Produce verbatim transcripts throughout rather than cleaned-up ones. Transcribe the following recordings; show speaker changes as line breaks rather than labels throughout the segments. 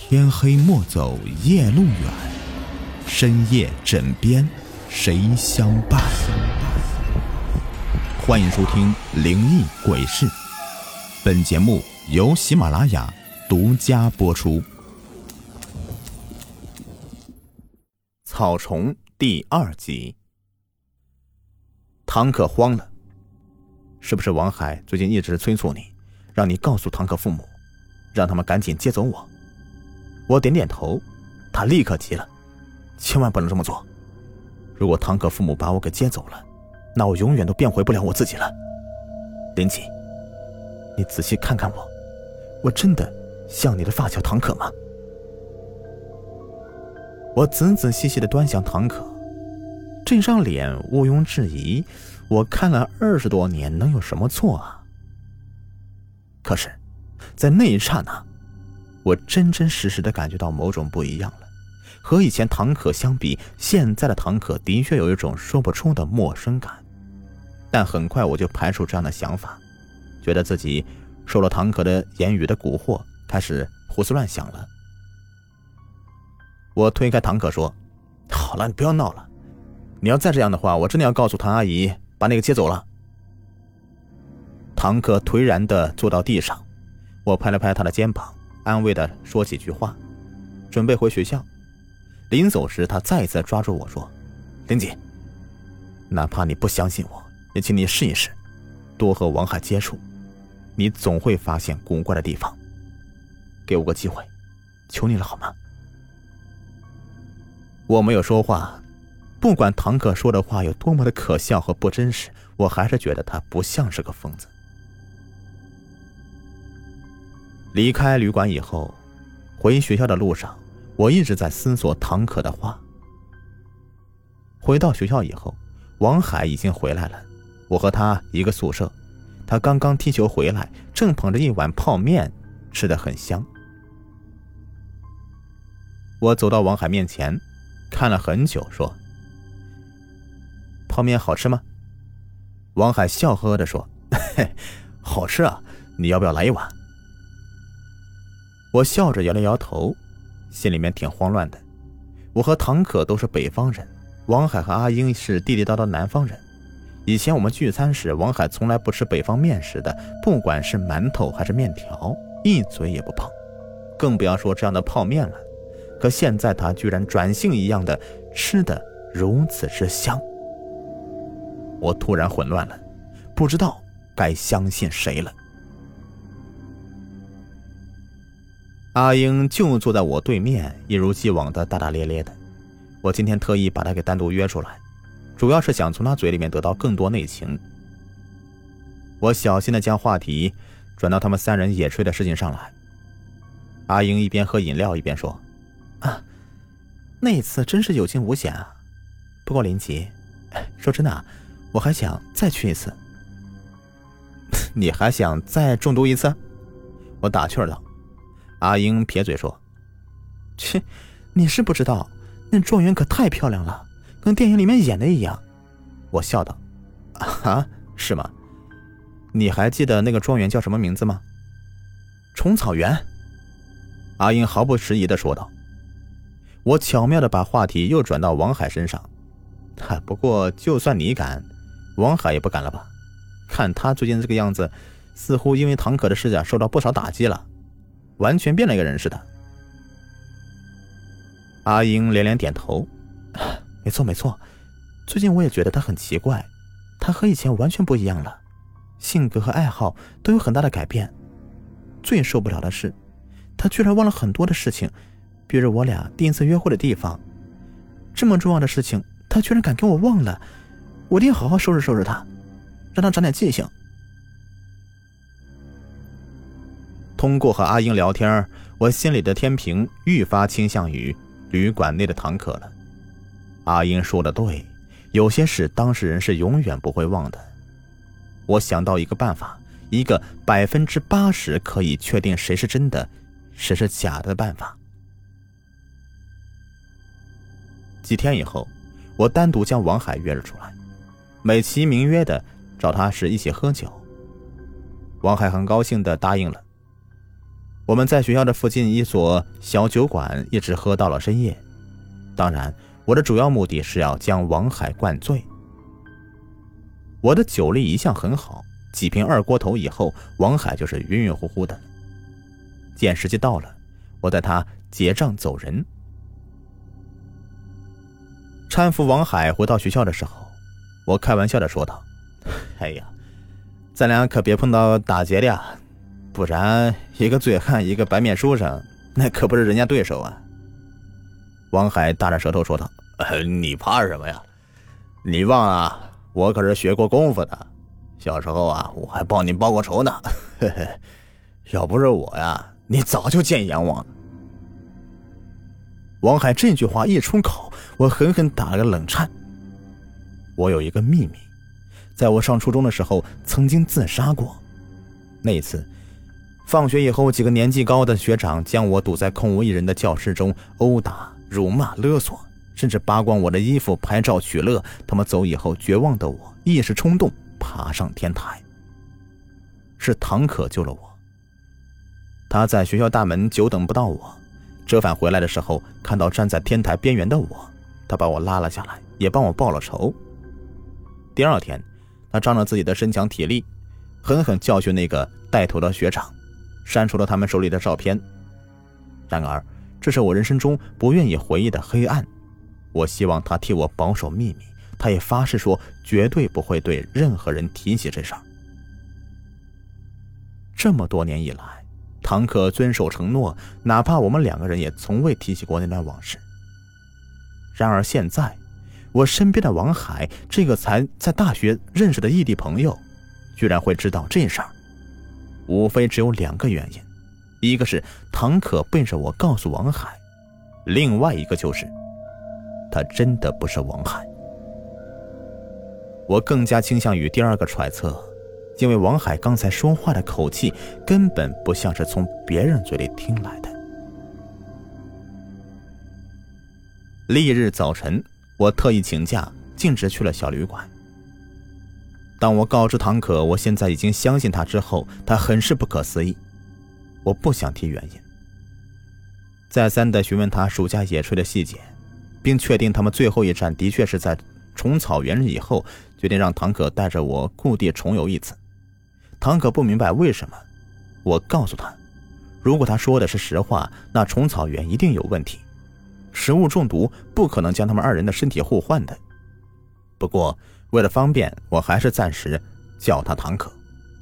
天黑莫走夜路远，深夜枕边谁相伴？欢迎收听灵异鬼事，本节目由喜马拉雅独家播出。草虫第二集。唐可慌了，是不是王海最近一直催促你，让你告诉唐可父母，让他们赶紧接走我？我点点头，他立刻急了，千万不能这么做。如果唐可父母把我给接走了，那我永远都变回不了我自己了。林奇，你仔细看看我，我真的像你的发小唐可吗？我仔仔细细地端详唐可，这张脸毋庸置疑，我看了二十多年，能有什么错啊？可是在那一刹那，我真真实实地感觉到某种不一样了。和以前唐可相比，现在的唐可的确有一种说不出的陌生感，但很快我就排除这样的想法，觉得自己受了唐可的言语的蛊惑，开始胡思乱想了。我推开唐可说，好了，你不要闹了，你要再这样的话，我真的要告诉唐阿姨把那个接走了。唐可颓然地坐到地上，我拍了拍他的肩膀，安慰地说几句话，准备回学校。临走时，他再一次抓住我说，林姐，哪怕你不相信我，也请你试一试，多和王海接触，你总会发现古怪的地方。给我个机会，求你了好吗？我没有说话，不管唐可说的话有多么的可笑和不真实，我还是觉得他不像是个疯子。离开旅馆以后，回学校的路上，我一直在思索唐可的话。回到学校以后，王海已经回来了，我和他一个宿舍，他刚刚踢球回来，正捧着一碗泡面，吃得很香。我走到王海面前，看了很久，说，泡面好吃吗？王海笑呵呵地说，嘿，好吃啊，你要不要来一碗？我笑着摇了摇头，心里面挺慌乱的。我和唐可都是北方人，王海和阿英是地地道道南方人。以前我们聚餐时，王海从来不吃北方面食的，不管是馒头还是面条，一嘴也不碰，更不要说这样的泡面了。可现在他居然转性一样的吃得如此之香。我突然混乱了，不知道该相信谁了。阿英就坐在我对面，一如既往的大大咧咧的。我今天特意把她给单独约出来，主要是想从她嘴里面得到更多内情。我小心的将话题转到他们三人野炊的事情上来。阿英一边喝饮料一边说，啊，那次真是有惊无险啊。不过林奇，说真的啊，我还想再去一次。你还想再中毒一次？我打趣道。阿英撇嘴说，切，你是不知道，那状元可太漂亮了，跟电影里面演的一样。我笑道，啊，是吗？你还记得那个状元叫什么名字吗？虫草原。阿英毫不迟疑地说道。我巧妙地把话题又转到王海身上。不过就算你敢，王海也不敢了吧？看他最近这个样子，似乎因为唐可的事啊受到不少打击了，完全变了一个人似的。阿英连连点头，没错没错，最近我也觉得他很奇怪，他和以前完全不一样了，性格和爱好都有很大的改变。最受不了的是，他居然忘了很多的事情，比如我俩第一次约会的地方，这么重要的事情他居然敢给我忘了，我一定好好收拾收拾他，让他长点记性。通过和阿英聊天，我心里的天平愈发倾向于旅馆内的唐可了。阿英说的对，有些事当事人是永远不会忘的。我想到一个办法，一个百分之八十可以确定谁是真的谁是假的办法。几天以后，我单独将王海约了出来，美其名曰的找他是一起喝酒。王海很高兴地答应了。 我们在学校的附近一所小酒馆一直喝到了深夜。当然，我的主要目的是要将王海灌醉。我的酒力一向很好，几瓶二锅头以后，王海就是晕晕乎乎的。见时机到了，我带他结账走人。搀扶王海回到学校的时候，我开玩笑地说道：哎呀，咱俩可别碰到打劫的呀，不然一个醉汉一个白面书生，那可不是人家对手啊。王海大着舌头说道：呃、你怕什么呀？你忘了我可是学过功夫的，小时候啊我还帮你报过仇呢。嘿嘿，要不是我呀，你早就见阎王了。王海这句话一出口，我狠狠打了个冷颤。我有一个秘密，在我上初中的时候曾经自杀过。那一次放学以后，几个年纪高的学长将我堵在空无一人的教室中殴打、辱骂、勒索，甚至扒光我的衣服拍照取乐。他们走以后，绝望的我一时冲动爬上天台。是唐可救了我。他在学校大门久等不到我，折返回来的时候看到站在天台边缘的我，他把我拉了下来，也帮我报了仇。第二天，他仗着自己的身强体力，狠狠教训那个带头的学长，删除了他们手里的照片。然而这是我人生中不愿意回忆的黑暗，我希望他替我保守秘密，他也发誓说绝对不会对任何人提起这事儿。这么多年以来，唐可遵守承诺，哪怕我们两个人也从未提起过那段往事。然而现在，我身边的王海，这个才在大学认识的异地朋友，居然会知道这事儿，无非只有两个原因，一个是唐可背着我告诉王海，另外一个就是他真的不是王海。我更加倾向于第二个揣测，因为王海刚才说话的口气根本不像是从别人嘴里听来的。翌日早晨，我特意请假，径直去了小旅馆。当我告知唐可我现在已经相信他之后，他很是不可思议。我不想提原因，再三地询问他暑假野炊的细节，并确定他们最后一站的确是在虫草园以后，决定让唐可带着我故地重游一次。唐可不明白为什么，我告诉他，如果他说的是实话，那虫草园一定有问题，食物中毒不可能将他们二人的身体互换的。不过为了方便，我还是暂时叫他唐可。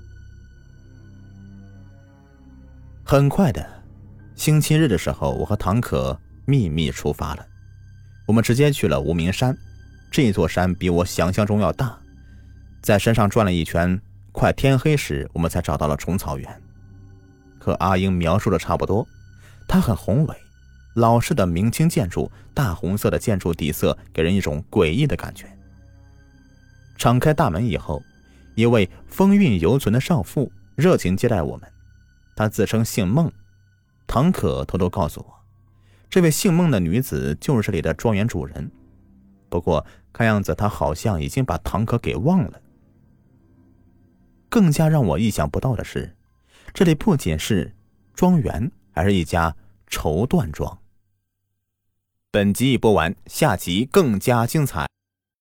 很快的，星期日的时候，我和唐可秘密出发了。我们直接去了无名山，这座山比我想象中要大。在山上转了一圈，快天黑时，我们才找到了虫草园。和阿英描述的差不多，它很宏伟，老式的明清建筑，大红色的建筑底色给人一种诡异的感觉。敞开大门以后，一位风韵犹存的少妇热情接待我们。她自称姓孟，唐可偷偷告诉我，这位姓孟的女子就是这里的庄园主人。不过看样子她好像已经把唐可给忘了。更加让我意想不到的是，这里不仅是庄园，还是一家绸缎庄。本集已播完，下集更加精彩。